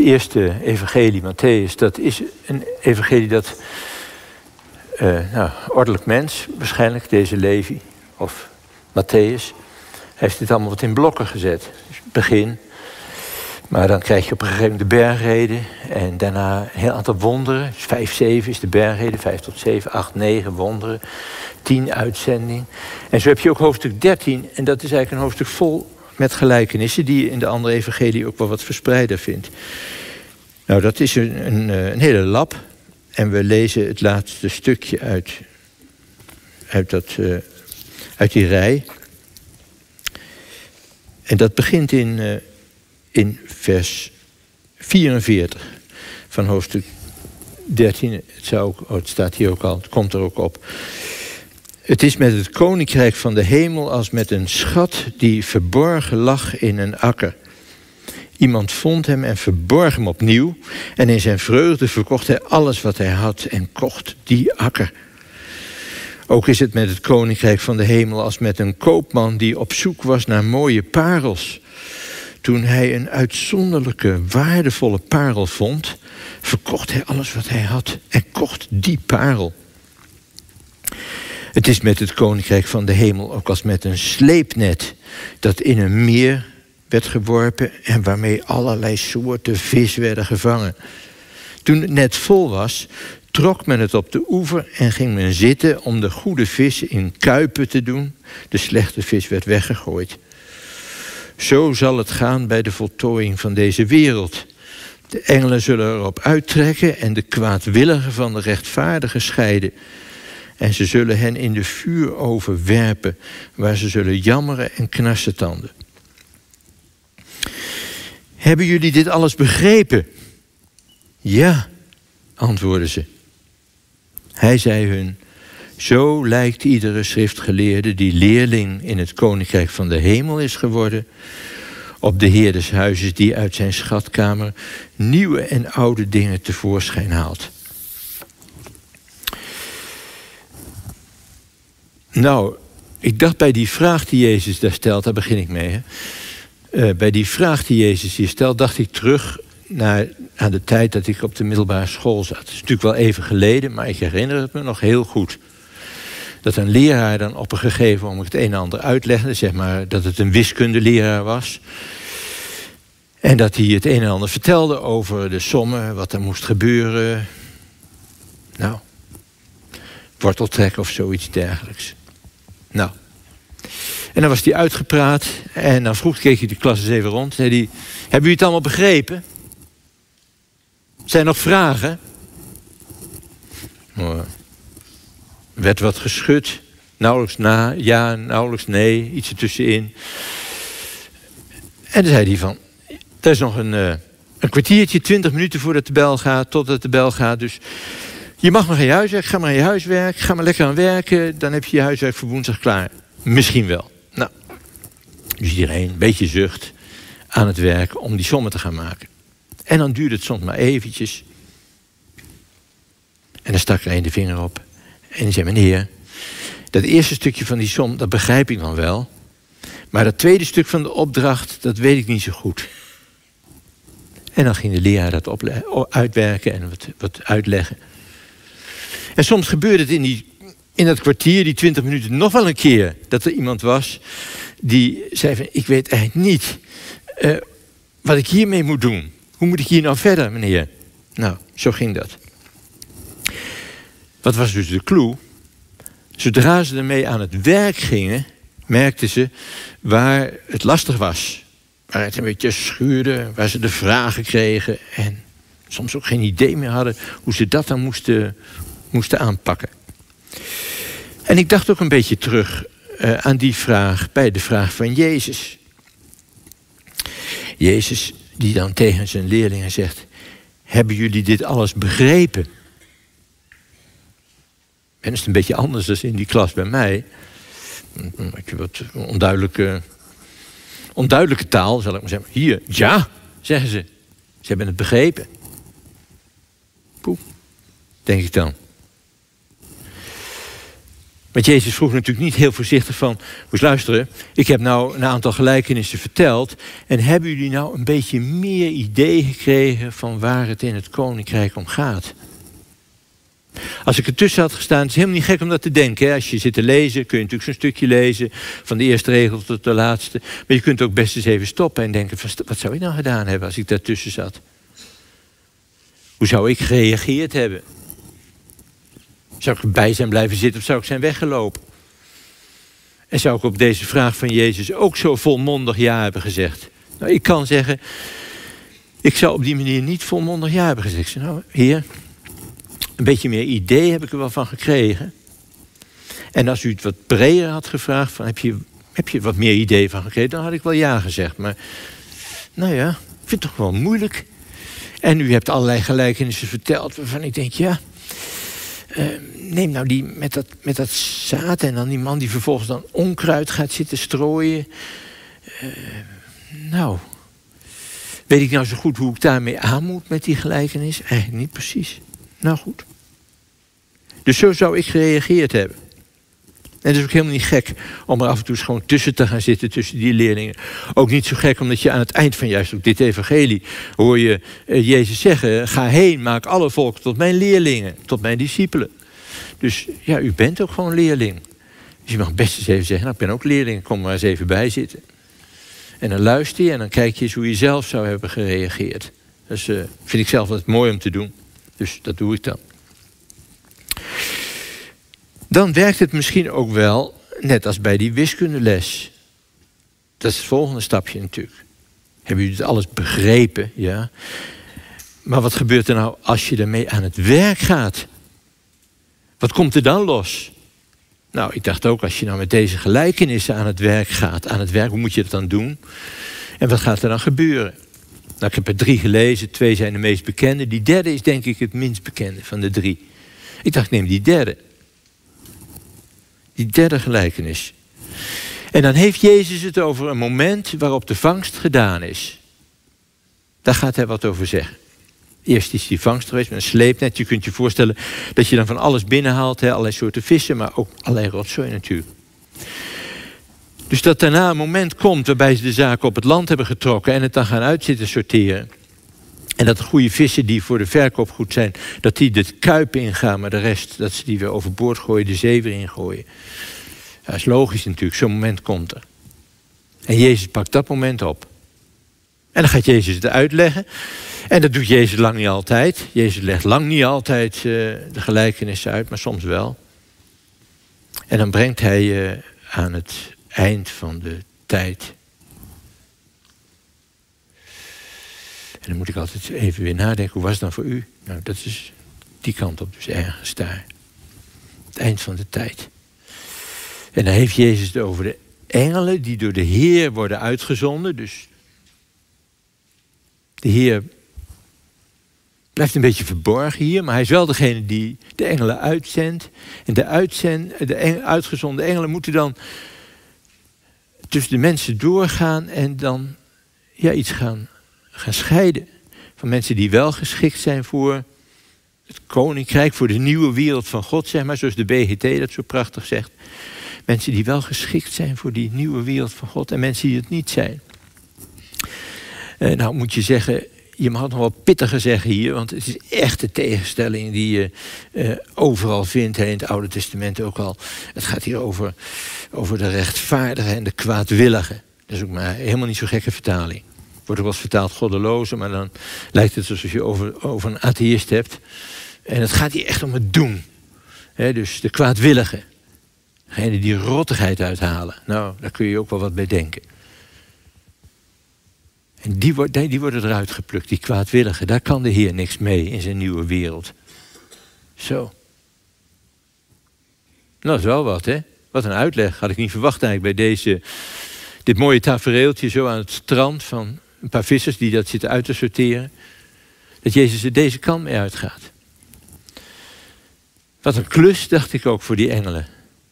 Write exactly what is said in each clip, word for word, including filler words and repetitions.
eerste evangelie, Mattheüs, dat is een evangelie dat... Uh, nou, ordelijk mens, waarschijnlijk, deze Levi of Mattheüs, heeft dit allemaal wat in blokken gezet. Dus begin. Maar dan krijg je op een gegeven moment de bergreden. En daarna een heel aantal wonderen. Dus vijf, zeven is de bergreden. Vijf tot zeven, acht, negen wonderen. Tien uitzending. En zo heb je ook hoofdstuk dertien. En dat is eigenlijk een hoofdstuk vol met gelijkenissen. Die je in de andere evangelie ook wel wat verspreider vindt. Nou, dat is een, een, een hele lab. En we lezen het laatste stukje uit, uit, dat, uh, uit die rij. En dat begint in, uh, in vers vierenveertig van hoofdstuk dertien. Het, zou ook, oh, het staat hier ook al, het komt er ook op. Het is met het koninkrijk van de hemel als met een schat die verborgen lag in een akker. Iemand vond hem en verborg hem opnieuw. En in zijn vreugde verkocht hij alles wat hij had en kocht die akker. Ook is het met het koninkrijk van de hemel als met een koopman die op zoek was naar mooie parels. Toen hij een uitzonderlijke, waardevolle parel vond, verkocht hij alles wat hij had en kocht die parel. Het is met het koninkrijk van de hemel ook als met een sleepnet dat in een meer werd geworpen en waarmee allerlei soorten vis werden gevangen. Toen het net vol was, trok men het op de oever en ging men zitten om de goede vis in kuipen te doen. De slechte vis werd weggegooid. Zo zal het gaan bij de voltooiing van deze wereld. De engelen zullen erop uittrekken en de kwaadwilligen van de rechtvaardigen scheiden. En ze zullen hen in de vuuroven werpen, waar ze zullen jammeren en knarsetanden. Hebben jullie dit alles begrepen? Ja, antwoordden ze. Hij zei hun, zo lijkt iedere schriftgeleerde die leerling in het koninkrijk van de hemel is geworden, op de heer des huizes die uit zijn schatkamer nieuwe en oude dingen tevoorschijn haalt. Nou, ik dacht bij die vraag die Jezus daar stelt, daar begin ik mee, hè. Uh, bij die vraag die Jezus hier stelt, dacht ik terug naar, naar de tijd dat ik op de middelbare school zat. Het is natuurlijk wel even geleden, maar ik herinner het me nog heel goed. Dat een leraar dan op een gegeven moment het een en ander uitlegde, zeg maar dat het een wiskundeleraar was. En dat hij het een en ander vertelde over de sommen, wat er moest gebeuren. Nou, worteltrekken of zoiets dergelijks. Nou. En dan was hij uitgepraat. En dan vroeg, keek hij de klas eens even rond. Zei hij, hebben jullie het allemaal begrepen? Zijn er nog vragen? Er werd wat geschud. Nauwelijks na, ja, nauwelijks nee. Iets ertussenin. En dan zei hij van, er is nog een, uh, een kwartiertje, twintig minuten voordat de bel gaat. Totdat de bel gaat. Dus je mag maar aan je huiswerk. Ga maar aan je huiswerk. Ga maar lekker aan werken. Dan heb je je huiswerk voor woensdag klaar. Misschien wel. Nou, dus iedereen een beetje zucht aan het werk om die sommen te gaan maken. En dan duurde het soms maar eventjes. En dan stak er een de vinger op. En die zei, meneer, dat eerste stukje van die som, dat begrijp ik dan wel. Maar dat tweede stuk van de opdracht, dat weet ik niet zo goed. En dan ging de leraar dat ople- uitwerken en wat, wat uitleggen. En soms gebeurde het in, die, in dat kwartier, die twintig minuten, nog wel een keer. Dat er iemand was die zei van, ik weet eigenlijk niet uh, wat ik hiermee moet doen. Hoe moet ik hier nou verder, meneer? Nou, zo ging dat. Wat was dus de clue? Zodra ze ermee aan het werk gingen, merkten ze waar het lastig was. Waar het een beetje schuurde, waar ze de vragen kregen. En soms ook geen idee meer hadden hoe ze dat dan moesten, moesten aanpakken. En ik dacht ook een beetje terug uh, aan die vraag bij de vraag van Jezus. Jezus die dan tegen zijn leerlingen zegt, hebben jullie dit alles begrepen? En dat is een beetje anders dan in die klas bij mij. Wat onduidelijke, onduidelijke taal, zal ik maar zeggen. Hier, ja, zeggen ze. Ze hebben het begrepen. Poeh, denk ik dan. Want Jezus vroeg natuurlijk niet heel voorzichtig van, moet luisteren, ik heb nou een aantal gelijkenissen verteld en hebben jullie nou een beetje meer idee gekregen van waar het in het koninkrijk om gaat? Als ik ertussen had gestaan, het is helemaal niet gek om dat te denken. Hè? Als je zit te lezen, kun je natuurlijk zo'n stukje lezen, van de eerste regel tot de laatste. Maar je kunt ook best eens even stoppen en denken, wat zou ik nou gedaan hebben als ik daartussen zat? Hoe zou ik gereageerd hebben? Zou ik erbij zijn blijven zitten of zou ik zijn weggelopen? En zou ik op deze vraag van Jezus ook zo volmondig ja hebben gezegd? Nou, ik kan zeggen, ik zou op die manier niet volmondig ja hebben gezegd. Ik zei, nou, Heer, een beetje meer idee heb ik er wel van gekregen. En als u het wat breder had gevraagd, van, heb, je, heb je wat meer idee van gekregen, dan had ik wel ja gezegd. Maar nou ja, ik vind het toch wel moeilijk. En u hebt allerlei gelijkenissen verteld waarvan ik denk, ja, uh, neem nou die met dat, met dat zaad en dan die man die vervolgens dan onkruid gaat zitten strooien. Uh, nou, weet ik nou zo goed hoe ik daarmee aan moet met die gelijkenis? Eigenlijk niet precies. Nou goed. Dus zo zou ik gereageerd hebben. En het is ook helemaal niet gek om er af en toe eens gewoon tussen te gaan zitten, tussen die leerlingen. Ook niet zo gek, omdat je aan het eind van juist ook dit evangelie hoor je uh, Jezus zeggen, ga heen, maak alle volken tot mijn leerlingen, tot mijn discipelen. Dus ja, u bent ook gewoon leerling. Dus je mag best eens even zeggen, nou, ik ben ook leerling, kom maar eens even bij zitten. En dan luister je en dan kijk je eens hoe je zelf zou hebben gereageerd. Dus uh, vind ik zelf altijd mooi om te doen. Dus dat doe ik dan. Dan werkt het misschien ook wel, net als bij die wiskundeles. Dat is het volgende stapje natuurlijk. Hebben jullie het alles begrepen? Ja. Maar wat gebeurt er nou als je ermee aan het werk gaat? Wat komt er dan los? Nou, ik dacht ook, als je nou met deze gelijkenissen aan het werk gaat, aan het werk, hoe moet je dat dan doen? En wat gaat er dan gebeuren? Nou, ik heb er drie gelezen, twee zijn de meest bekende. Die derde is denk ik het minst bekende van de drie. Ik dacht, neem die derde. Die derde gelijkenis. En dan heeft Jezus het over een moment waarop de vangst gedaan is. Daar gaat hij wat over zeggen. Eerst is die vangst geweest met een sleepnet. Je kunt je voorstellen dat je dan van alles binnenhaalt. Hè, allerlei soorten vissen, maar ook allerlei rotzooi natuurlijk. Dus dat daarna een moment komt waarbij ze de zaak op het land hebben getrokken en het dan gaan uitzitten sorteren. En dat de goede vissen die voor de verkoop goed zijn, dat die de kuip ingaan, maar de rest, dat ze die weer overboord gooien, de zee weer ingooien. Dat is logisch natuurlijk, zo'n moment komt er. En Jezus pakt dat moment op. En dan gaat Jezus het uitleggen. En dat doet Jezus lang niet altijd. Jezus legt lang niet altijd uh, de gelijkenissen uit, maar soms wel. En dan brengt hij uh, aan het eind van de tijd. En dan moet ik altijd even weer nadenken, hoe was het dan voor u? Nou, dat is die kant op, dus ergens daar. Het eind van de tijd. En dan heeft Jezus het over de engelen die door de Heer worden uitgezonden. Dus de Heer blijft een beetje verborgen hier, maar hij is wel degene die de engelen uitzendt. En de, uitzend, de engel, uitgezonden engelen moeten dan tussen de mensen doorgaan en dan ja, iets gaan, gaan scheiden. Van mensen die wel geschikt zijn voor het koninkrijk, voor de nieuwe wereld van God, zeg maar, zoals de B G T dat zo prachtig zegt. Mensen die wel geschikt zijn voor die nieuwe wereld van God en mensen die het niet zijn. Uh, nou moet je zeggen, je mag het nog wel pittiger zeggen hier, want het is echt de tegenstelling die je uh, overal vindt, hè, in het Oude Testament ook al. Het gaat hier over, over de rechtvaardige en de kwaadwillige. Dat is ook maar helemaal niet zo'n gekke vertaling. Wordt ook wel eens vertaald goddeloze, maar dan lijkt het alsof je over, over een atheïst hebt. En het gaat hier echt om het doen. He, dus de kwaadwillige. Degene die rottigheid uithalen. Nou, daar kun je ook wel wat bij denken. En die, wordt, die worden eruit geplukt, die kwaadwilligen. Daar kan de Heer niks mee in zijn nieuwe wereld. Zo. Nou, dat is wel wat, hè? Wat een uitleg. Had ik niet verwacht eigenlijk bij deze, dit mooie tafereeltje zo aan het strand van een paar vissers die dat zitten uit te sorteren. Dat Jezus er deze kant mee uitgaat. Wat een klus, dacht ik ook, voor die engelen.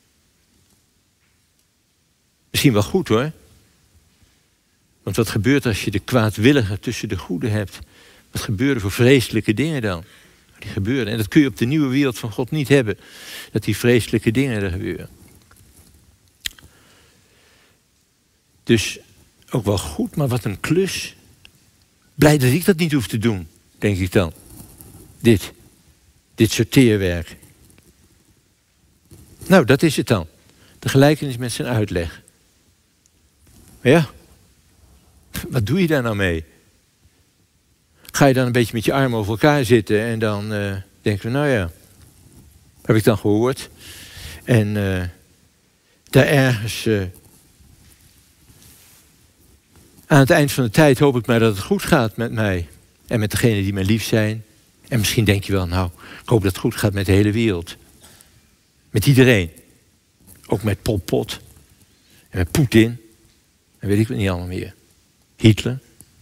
Misschien wel goed, hoor. Want wat gebeurt als je de kwaadwillige tussen de goede hebt? Wat gebeuren voor vreselijke dingen dan? Die gebeuren. En dat kun je op de nieuwe wereld van God niet hebben. Dat die vreselijke dingen er gebeuren. Dus ook wel goed, maar wat een klus. Blij dat ik dat niet hoef te doen, denk ik dan. Dit. Dit sorteerwerk. Nou, dat is het dan. De gelijkenis met zijn uitleg. Maar ja, wat doe je daar nou mee? Ga je dan een beetje met je armen over elkaar zitten en dan uh, denken we, nou ja, heb ik dan gehoord. En uh, daar ergens uh, aan het eind van de tijd hoop ik maar dat het goed gaat met mij. En met degenen die mij lief zijn. En misschien denk je wel, nou, ik hoop dat het goed gaat met de hele wereld. Met iedereen. Ook met Pol Pot. En met Poetin. En weet ik het niet allemaal meer. Hitler.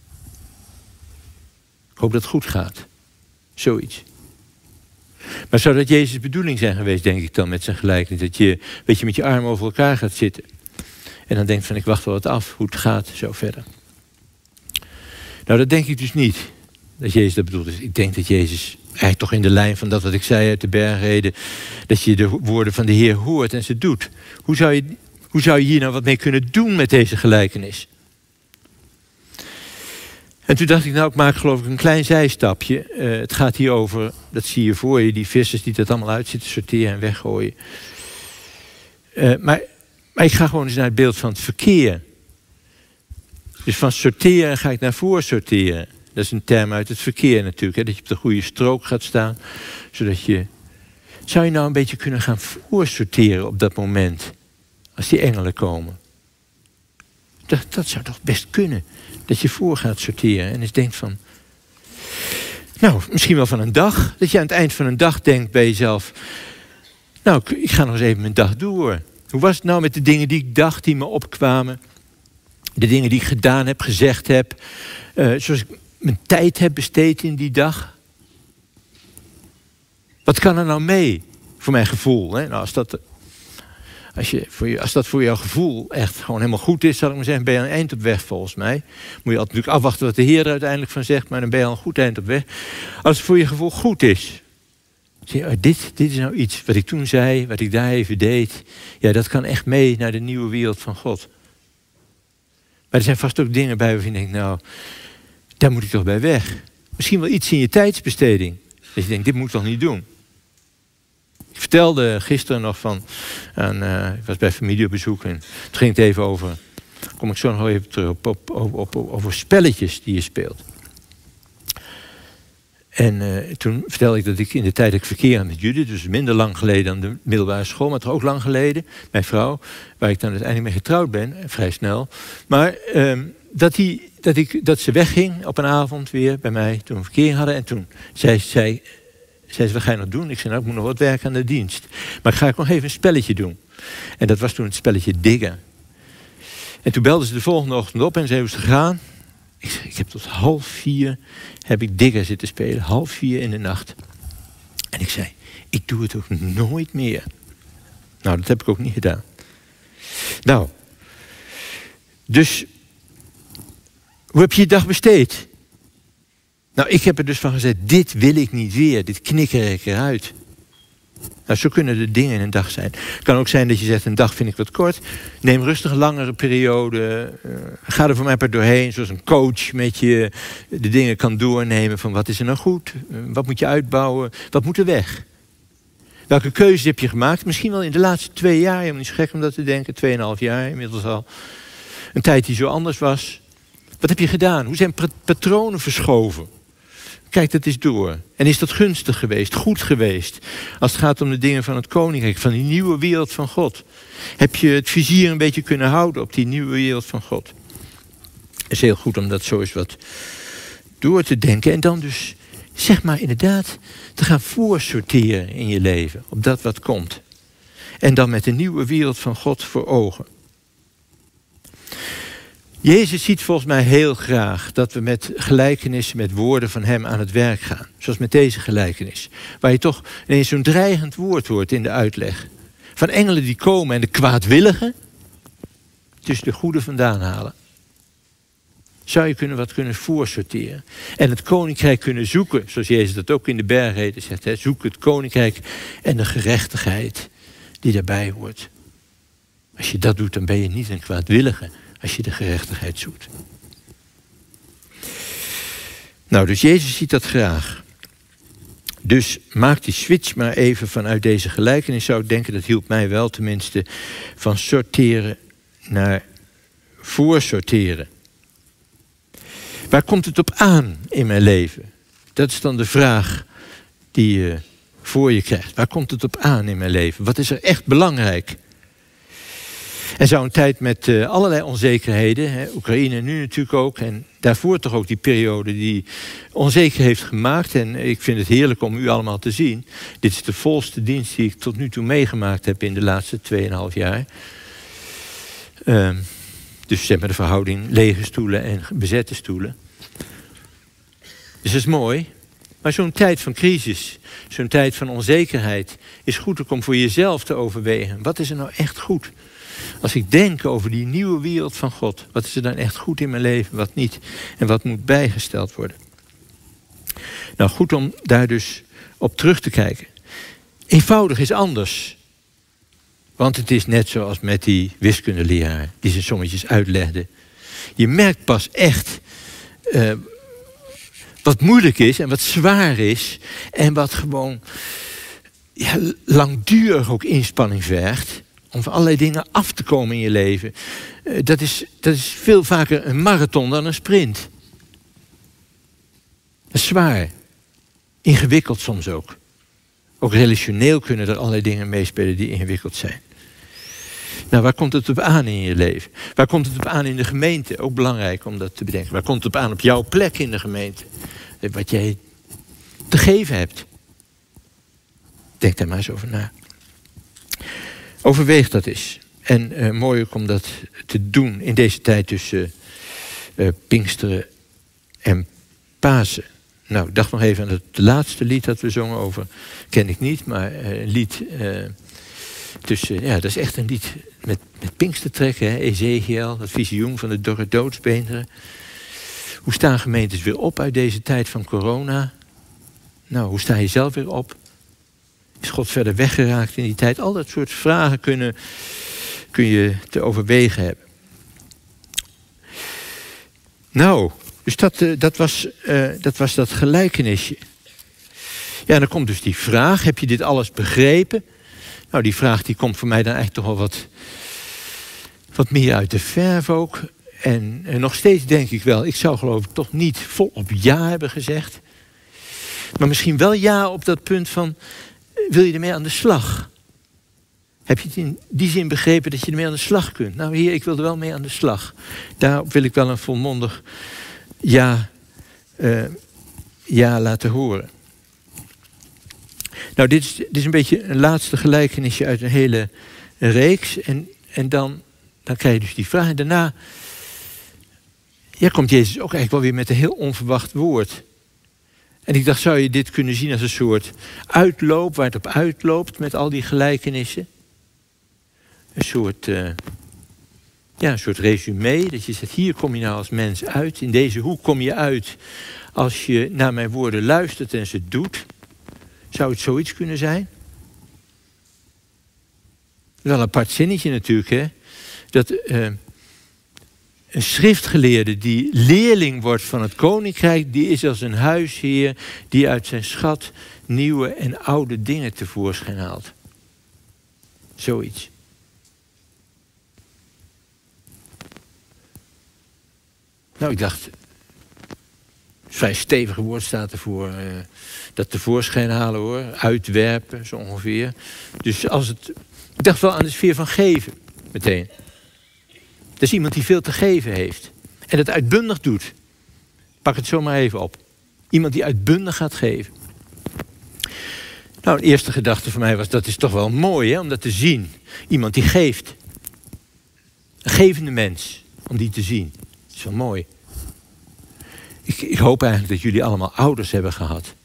Ik hoop dat het goed gaat. Zoiets. Maar zou dat Jezus' bedoeling zijn geweest, denk ik dan, met zijn gelijkenis? Dat je, weet je, met je armen over elkaar gaat zitten. En dan denkt van, ik wacht wel wat af, hoe het gaat, zo verder. Nou, dat denk ik dus niet. Dat Jezus dat bedoelt. Dus ik denk dat Jezus, eigenlijk toch in de lijn van dat wat ik zei uit de bergreden, dat je de woorden van de Heer hoort en ze doet. Hoe zou je, hoe zou je hier nou wat mee kunnen doen met deze gelijkenis? En toen dacht ik, nou, ik maak geloof ik een klein zijstapje. Uh, het gaat hier over, dat zie je voor je, die vissers die dat allemaal uit zitten sorteren en weggooien. Uh, maar, maar ik ga gewoon eens naar het beeld van het verkeer. Dus van sorteren ga ik naar voor sorteren. Dat is een term uit het verkeer natuurlijk. Hè? Dat je op de goede strook gaat staan. Zodat je... Zou je nou een beetje kunnen gaan voorsorteren op dat moment? Als die engelen komen. Dat, dat zou toch best kunnen. Dat je voor gaat sorteren. En eens denkt van... Nou, misschien wel van een dag. Dat je aan het eind van een dag denkt bij jezelf... Nou, ik ga nog eens even mijn dag door. Hoe was het nou met de dingen die ik dacht, die me opkwamen? De dingen die ik gedaan heb, gezegd heb. Uh, zoals ik mijn tijd heb besteed in die dag. Wat kan er nou mee? Voor mijn gevoel. Hè? Nou, als, dat, als, je, voor je, als dat voor jouw gevoel echt gewoon helemaal goed is, zal ik maar zeggen, ben je aan een eind op weg volgens mij. Moet je altijd natuurlijk afwachten wat de Heer er uiteindelijk van zegt, maar dan ben je al een goed eind op weg. Als het voor je gevoel goed is. Zie je, oh, dit, dit is nou iets wat ik toen zei, wat ik daar even deed. Ja, dat kan echt mee naar de nieuwe wereld van God. Maar er zijn vast ook dingen bij waarvan je denkt, nou, daar moet ik toch bij weg. Misschien wel iets in je tijdsbesteding. Dat je denkt, dit moet ik toch niet doen. Ik vertelde gisteren nog van, aan, uh, ik was bij familiebezoek en het ging het even over, kom ik zo nog even terug, op, op, op, op, over spelletjes die je speelt. En uh, toen vertelde ik dat ik in de tijd dat ik verkeerde met Judith, dus minder lang geleden dan de middelbare school, maar toch ook lang geleden, mijn vrouw, waar ik dan uiteindelijk mee getrouwd ben, vrij snel. Maar um, dat, die, dat, ik, dat ze wegging op een avond weer bij mij, toen we verkeer hadden. En toen zei ze, zei, zei ze, wat ga je nog doen? Ik zei, nou, ik moet nog wat werken aan de dienst. Maar ik ga nog even een spelletje doen. En dat was toen het spelletje Diggen. En toen belde ze de volgende ochtend op en zei, hoe is het gegaan? Ik zei, ik heb tot half vier heb ik Diggen zitten spelen. Half vier in de nacht. En ik zei, ik doe het ook nooit meer. Nou, dat heb ik ook niet gedaan. Nou, dus hoe heb je je dag besteed? Nou, ik heb er dus van gezegd, dit wil ik niet weer. Dit knikker ik eruit. Nou, zo kunnen de dingen in een dag zijn. Het kan ook zijn dat je zegt, een dag vind ik wat kort. Neem rustig een langere periode. Uh, ga er voor mij maar doorheen. Zoals een coach met je de dingen kan doornemen. Van wat is er nou goed? Uh, wat moet je uitbouwen? Wat moet er weg? Welke keuzes heb je gemaakt? Misschien wel in de laatste twee jaar. Helemaal niet zo gek om dat te denken. Tweeënhalf jaar inmiddels al. Een tijd die zo anders was. Wat heb je gedaan? Hoe zijn patronen verschoven? Kijk dat eens door. En is dat gunstig geweest, goed geweest? Als het gaat om de dingen van het koninkrijk, van die nieuwe wereld van God. Heb je het vizier een beetje kunnen houden op die nieuwe wereld van God? Het is heel goed om dat zo eens wat door te denken. En dan dus, zeg maar inderdaad, te gaan voorsorteren in je leven. Op dat wat komt. En dan met de nieuwe wereld van God voor ogen. Jezus ziet volgens mij heel graag dat we met gelijkenissen, met woorden van hem aan het werk gaan. Zoals met deze gelijkenis. Waar je toch ineens zo'n dreigend woord hoort in de uitleg. Van engelen die komen en de kwaadwilligen tussen de goede vandaan halen. Zou je kunnen wat kunnen voorsorteren. En het koninkrijk kunnen zoeken. Zoals Jezus dat ook in de bergreden zegt. Hè, zoek het koninkrijk en de gerechtigheid die daarbij hoort. Als je dat doet, dan ben je niet een kwaadwillige. als je de gerechtigheid zoekt. Nou, dus Jezus ziet dat graag. Dus maak die switch maar even vanuit deze gelijkenis, zou ik denken, dat hielp mij wel tenminste, van sorteren naar voorsorteren. Waar komt het op aan in mijn leven? Dat is dan de vraag die je voor je krijgt. Waar komt het op aan in mijn leven? Wat is er echt belangrijk? En zou een tijd met uh, allerlei onzekerheden, hè, Oekraïne nu natuurlijk ook, en daarvoor toch ook die periode die onzeker heeft gemaakt. En ik vind het heerlijk om u allemaal te zien. Dit is de volste dienst die ik tot nu toe meegemaakt heb in de laatste tweeënhalf jaar. Uh, dus zeg maar de verhouding lege stoelen en bezette stoelen. Dus dat is mooi. Maar zo'n tijd van crisis, zo'n tijd van onzekerheid, is goed ook om voor jezelf te overwegen. Wat is er nou echt goed? Als ik denk over die nieuwe wereld van God, wat is er dan echt goed in mijn leven, wat niet? En wat moet bijgesteld worden? Nou, goed om daar dus op terug te kijken. Eenvoudig is anders. Want het is net zoals met die wiskundeleraar die zijn sommetjes uitlegde. Je merkt pas echt uh, wat moeilijk is en wat zwaar is. En wat gewoon ja, langdurig ook inspanning vergt. Om van allerlei dingen af te komen in je leven. Uh, dat, is, dat is veel vaker een marathon dan een sprint. Dat is zwaar. Ingewikkeld soms ook. Ook relationeel kunnen er allerlei dingen meespelen die ingewikkeld zijn. Nou, waar komt het op aan in je leven? Waar komt het op aan in de gemeente? Ook belangrijk om dat te bedenken. Waar komt het op aan op jouw plek in de gemeente? Wat jij te geven hebt. Denk daar maar eens over na. Overweeg dat eens. En uh, mooi ook om dat te doen in deze tijd tussen uh, Pinksteren en Pasen. Nou, ik dacht nog even aan het laatste lied dat we zongen over. Ken ik niet, maar uh, een lied uh, tussen. Ja, dat is echt een lied met, met Pinkstertrekken. Hè? Ezekiel, dat visioen van de dorre doodsbeenderen. Hoe staan gemeentes weer op uit deze tijd van corona? Nou, hoe sta je zelf weer op? Is God verder weggeraakt in die tijd? Al dat soort vragen kunnen, kun je te overwegen hebben. Nou, dus dat, uh, dat, was, uh, dat was dat gelijkenisje. Ja, en dan komt dus die vraag, heb je dit alles begrepen? Nou, die vraag die komt voor mij dan eigenlijk toch wel wat, wat meer uit de verf ook. En, en nog steeds denk ik wel, ik zou geloof ik toch niet volop ja hebben gezegd. Maar misschien wel ja op dat punt van, wil je ermee aan de slag? Heb je het in die zin begrepen dat je ermee aan de slag kunt? Nou Heer, ik wil er wel mee aan de slag. Daarop wil ik wel een volmondig ja, uh, ja laten horen. Nou, dit is, dit is een beetje een laatste gelijkenisje uit een hele reeks. En, en dan, dan krijg je dus die vraag. En daarna ja, komt Jezus ook eigenlijk wel weer met een heel onverwacht woord. En ik dacht, zou je dit kunnen zien als een soort uitloop, waar het op uitloopt met al die gelijkenissen? Een soort, uh, ja, een soort resume, dat je zegt, hier kom je nou als mens uit. In deze hoek kom je uit als je naar mijn woorden luistert en ze doet. Zou het zoiets kunnen zijn? Wel een apart zinnetje natuurlijk, hè. Dat uh, een schriftgeleerde die leerling wordt van het koninkrijk, die is als een huisheer die uit zijn schat nieuwe en oude dingen tevoorschijn haalt. Zoiets. Nou, ik dacht, vrij stevige woord staat ervoor. Uh, dat tevoorschijn halen hoor, uitwerpen zo ongeveer. Dus als het, ik dacht wel aan de sfeer van geven, meteen. Dat is iemand die veel te geven heeft. En dat uitbundig doet. Pak het zo maar even op. Iemand die uitbundig gaat geven. Nou, een eerste gedachte van mij was, dat is toch wel mooi hè, om dat te zien. Iemand die geeft. Een gevende mens, om die te zien. Dat is wel mooi. Ik, ik hoop eigenlijk dat jullie allemaal ouders hebben gehad.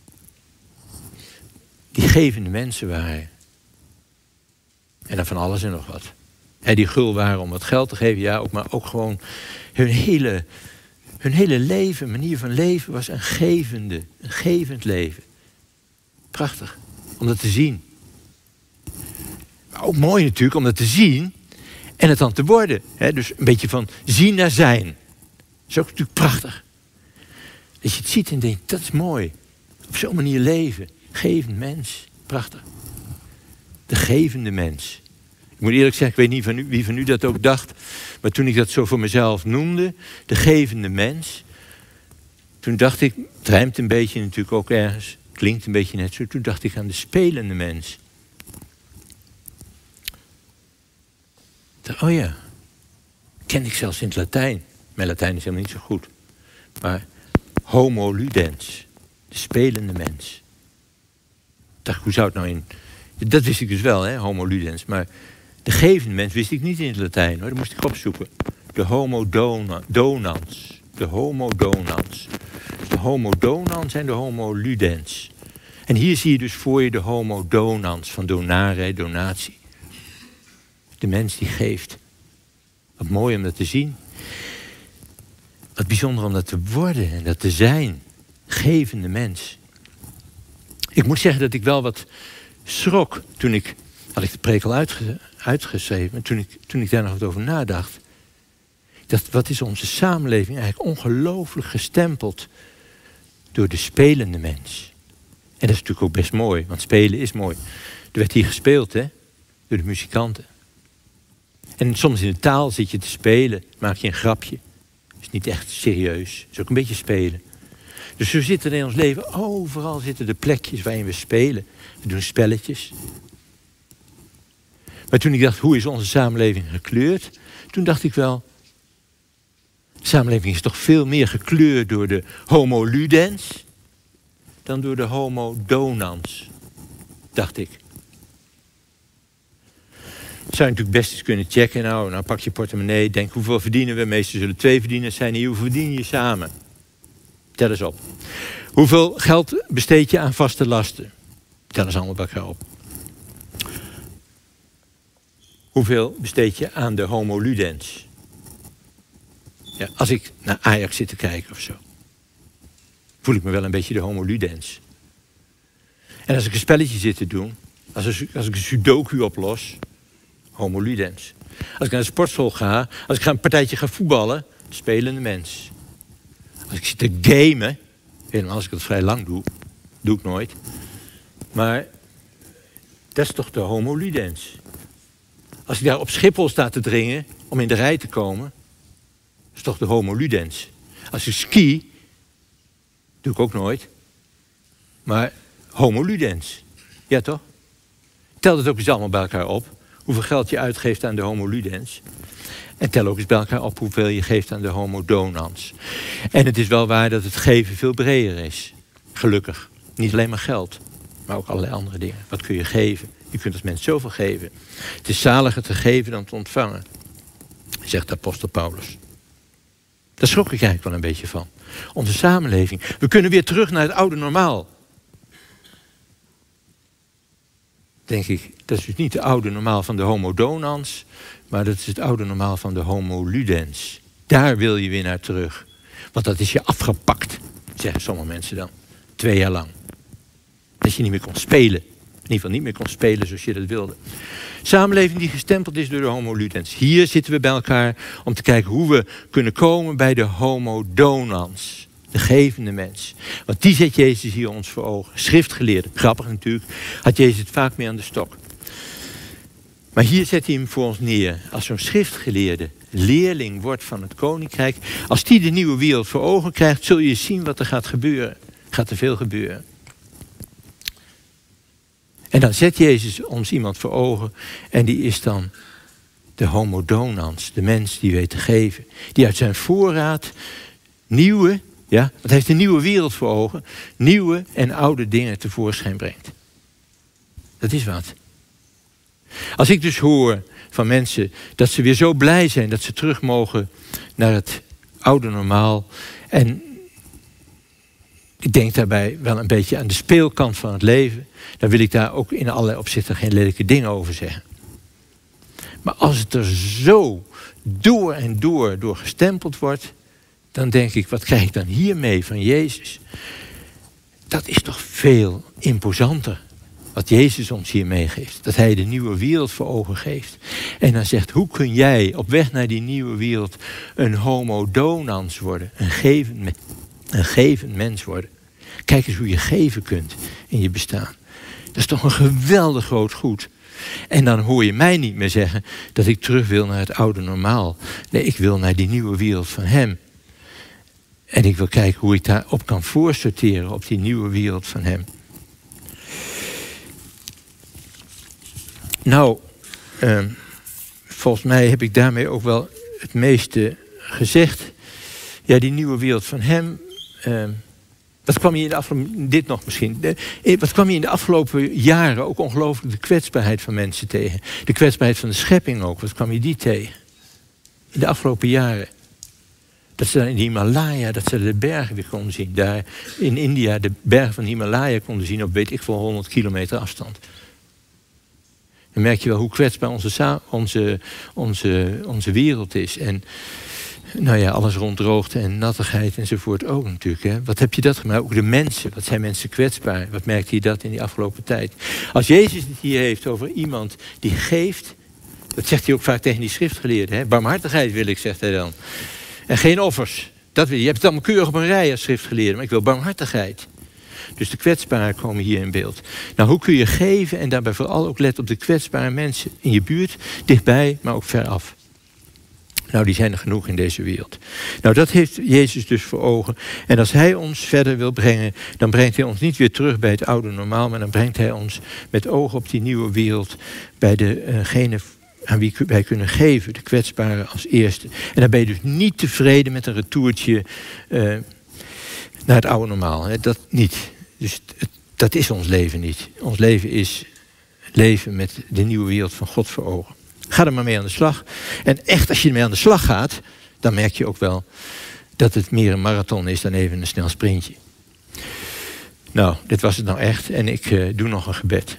Die gevende mensen waren. En dan van alles en nog wat. He, die gul waren om wat geld te geven, ja, ook, maar ook gewoon hun hele, hun hele leven, manier van leven was een gevende, een gevend leven. Prachtig, om dat te zien. Maar ook mooi natuurlijk om dat te zien En het dan te worden. Hè? Dus een beetje van zien naar zijn. Dat is ook natuurlijk prachtig. Dat je het ziet en denkt, dat is mooi. Op zo'n manier leven. Gevend mens. Prachtig. De gevende mens. Ik moet eerlijk zeggen, ik weet niet van u, wie van u dat ook dacht. Maar toen ik dat zo voor mezelf noemde, de gevende mens. Toen dacht ik, het rijmt een beetje natuurlijk ook ergens. Klinkt een beetje net zo. Toen dacht ik aan de spelende mens. Oh ja, ken ik zelfs in het Latijn. Mijn Latijn is helemaal niet zo goed. Maar homo ludens, de spelende mens. Ik dacht, hoe zou het nou in... Dat wist ik dus wel, hè, homo ludens. Maar de gevende mens wist ik niet in het Latijn, hoor. Dat moest ik opzoeken. De homo dona, donans. De homo donans. De homo donans en de homo ludens. En hier zie je dus voor je de homo donans van donare, donatie. De mens die geeft. Wat mooi om dat te zien. Wat bijzonder om dat te worden en dat te zijn. Gevende mens. Ik moet zeggen dat ik wel wat schrok toen ik... Had ik de preek al uitge, uitgeschreven. Toen ik, toen ik daar nog wat over nadacht. Ik dacht, wat is onze samenleving eigenlijk ongelooflijk gestempeld door de spelende mens. En dat is natuurlijk ook best mooi. Want spelen is mooi. Er werd hier gespeeld, hè. Door de muzikanten. En soms in de taal zit je te spelen, maak je een grapje. Dat is niet echt serieus, het is ook een beetje spelen. Dus zo zitten er in ons leven, overal zitten de plekjes waarin we spelen. We doen spelletjes. Maar toen ik dacht, hoe is onze samenleving gekleurd? Toen dacht ik wel, de samenleving is toch veel meer gekleurd door de homo ludens dan door de homo donans, dacht ik. Zou je natuurlijk best eens kunnen checken. Nou, nou pak je portemonnee, denk hoeveel verdienen we. Meestal zullen twee verdieners zijn hier. Hoeveel verdien je samen? Tel eens op. Hoeveel geld besteed je aan vaste lasten? Tel eens allemaal bij elkaar op. Hoeveel besteed je aan de homo ludens? Ja, als ik naar Ajax zit te kijken of zo, voel ik me wel een beetje de homo ludens. En als ik een spelletje zit te doen, als, een, als ik een sudoku oplos, homo ludens. Als ik naar de sportschool ga, als ik ga een partijtje ga voetballen, spelende mens. Als ik zit te gamen, helemaal als ik dat vrij lang doe, doe ik nooit. Maar dat is toch de homo ludens. Als ik daar op Schiphol sta te dringen om in de rij te komen, is toch de homo ludens. Als ik ski, doe ik ook nooit. Maar homo ludens. Ja toch? Tel het ook eens allemaal bij elkaar op. Hoeveel geld je uitgeeft aan de homo ludens. En tel ook eens bij elkaar op hoeveel je geeft aan de homo donans. En het is wel waar dat het geven veel breder is. Gelukkig. Niet alleen maar geld. Maar ook allerlei andere dingen. Wat kun je geven? Je kunt als mens zoveel geven. Het is zaliger te geven dan te ontvangen. Zegt de apostel Paulus. Daar schrok ik eigenlijk wel een beetje van. Onze samenleving. We kunnen weer terug naar het oude normaal. Denk ik, dat is dus niet het oude normaal van de homo donans, maar dat is het oude normaal van de homo ludens. Daar wil je weer naar terug. Want dat is je afgepakt, zeggen sommige mensen dan. Twee jaar lang. Dat je niet meer kon spelen. In ieder geval niet meer kon spelen zoals je dat wilde. Samenleving die gestempeld is door de homo ludens. Hier zitten we bij elkaar om te kijken hoe we kunnen komen bij de homo donans. De gevende mens. Want die zet Jezus hier ons voor ogen. Schriftgeleerde, grappig natuurlijk, had Jezus het vaak mee aan de stok. Maar hier zet hij hem voor ons neer. Als zo'n schriftgeleerde leerling wordt van het koninkrijk, als die de nieuwe wereld voor ogen krijgt, zul je zien wat er gaat gebeuren. Gaat er veel gebeuren. En dan zet Jezus ons iemand voor ogen en die is dan de homo donans, de mens die weet te geven. Die uit zijn voorraad nieuwe, ja, want hij heeft een nieuwe wereld voor ogen, nieuwe en oude dingen tevoorschijn brengt. Dat is wat. Als ik dus hoor van mensen dat ze weer zo blij zijn dat ze terug mogen naar het oude normaal. En ik denk daarbij wel een beetje aan de speelkant van het leven. Dan wil ik daar ook in allerlei opzichten geen lelijke dingen over zeggen. Maar als het er zo door en door door gestempeld wordt, dan denk ik, wat krijg ik dan hiermee van Jezus? Dat is toch veel imposanter wat Jezus ons hier meegeeft. Dat hij de nieuwe wereld voor ogen geeft. En dan zegt, hoe kun jij op weg naar die nieuwe wereld een homo donans worden? Een gevend, een gevend mens worden. Kijk eens hoe je geven kunt in je bestaan. Dat is toch een geweldig groot goed. En dan hoor je mij niet meer zeggen dat ik terug wil naar het oude normaal. Nee, ik wil naar die nieuwe wereld van hem. En ik wil kijken hoe ik daarop kan voorsorteren op die nieuwe wereld van hem. Nou, uh, volgens mij heb ik daarmee ook wel het meeste gezegd. Ja, die nieuwe wereld van hem. Uh, wat kwam hier in de afgelopen, dit nog misschien. De, wat kwam hier in de afgelopen jaren ook ongelooflijk de kwetsbaarheid van mensen tegen. De kwetsbaarheid van de schepping ook. Wat kwam je die tegen? In de afgelopen jaren. Dat ze dan in de Himalaya, dat ze de bergen weer konden zien. Daar in India de bergen van de Himalaya konden zien op weet ik veel honderd kilometer afstand. Dan merk je wel hoe kwetsbaar onze, onze, onze, onze wereld is. En nou ja, alles rond droogte en nattigheid enzovoort ook natuurlijk. Hè. Wat heb je dat gemaakt? Ook de mensen. Wat zijn mensen kwetsbaar? Wat merkte je dat in die afgelopen tijd? Als Jezus het hier heeft over iemand die geeft. Dat zegt hij ook vaak tegen die schriftgeleerden. Hè. Barmhartigheid wil ik, zegt hij dan. En geen offers. Dat wil je. Je hebt het allemaal keurig op een rij als schriftgeleerde. Maar ik wil barmhartigheid. Dus de kwetsbaren komen hier in beeld. Nou, hoe kun je geven en daarbij vooral ook letten op de kwetsbare mensen in je buurt, dichtbij, maar ook veraf. Nou, die zijn er genoeg in deze wereld. Nou, dat heeft Jezus dus voor ogen. En als hij ons verder wil brengen, dan brengt hij ons niet weer terug bij het oude normaal, maar dan brengt hij ons met oog op die nieuwe wereld bij degene aan wie wij kunnen geven, de kwetsbaren als eerste. En dan ben je dus niet tevreden met een retourtje uh, naar het oude normaal. Hè? Dat niet. Dus het, dat is ons leven niet. Ons leven is leven met de nieuwe wereld van God voor ogen. Ga er maar mee aan de slag. En echt, als je ermee aan de slag gaat, dan merk je ook wel dat het meer een marathon is dan even een snel sprintje. Nou, dit was het nou echt. En ik uh, doe nog een gebed.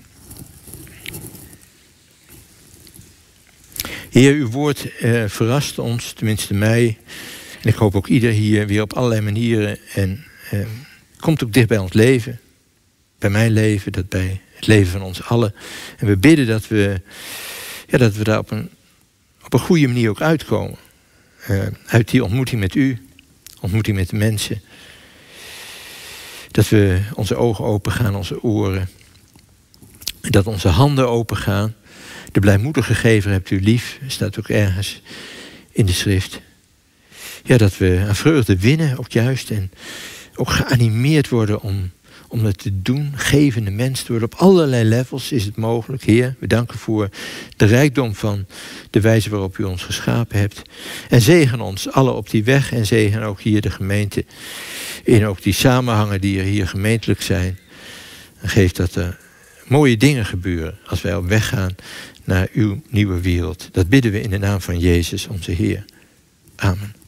Heer, uw woord uh, verrast ons, tenminste mij. En ik hoop ook ieder hier weer op allerlei manieren. En uh, komt ook dicht bij ons leven. Bij mijn leven, dat bij het leven van ons allen. En we bidden dat we, ja, dat we daar op een, op een goede manier ook uitkomen. Uh, uit die ontmoeting met u. Ontmoeting met de mensen. Dat we onze ogen open gaan, onze oren. Dat onze handen open gaan. De blijmoedige gever hebt u lief, staat ook ergens in de schrift. Ja, dat we aan vreugde winnen, ook juist. En ook geanimeerd worden om, om het te doen. Gevende mens te worden. Op allerlei levels is het mogelijk. Heer, we danken voor de rijkdom van de wijze waarop u ons geschapen hebt. En zegen ons allen op die weg. En zegen ook hier de gemeente. In ook die samenhangen die er hier gemeentelijk zijn. En geef dat er mooie dingen gebeuren als wij op weg gaan naar uw nieuwe wereld. Dat bidden we in de naam van Jezus, onze Heer. Amen.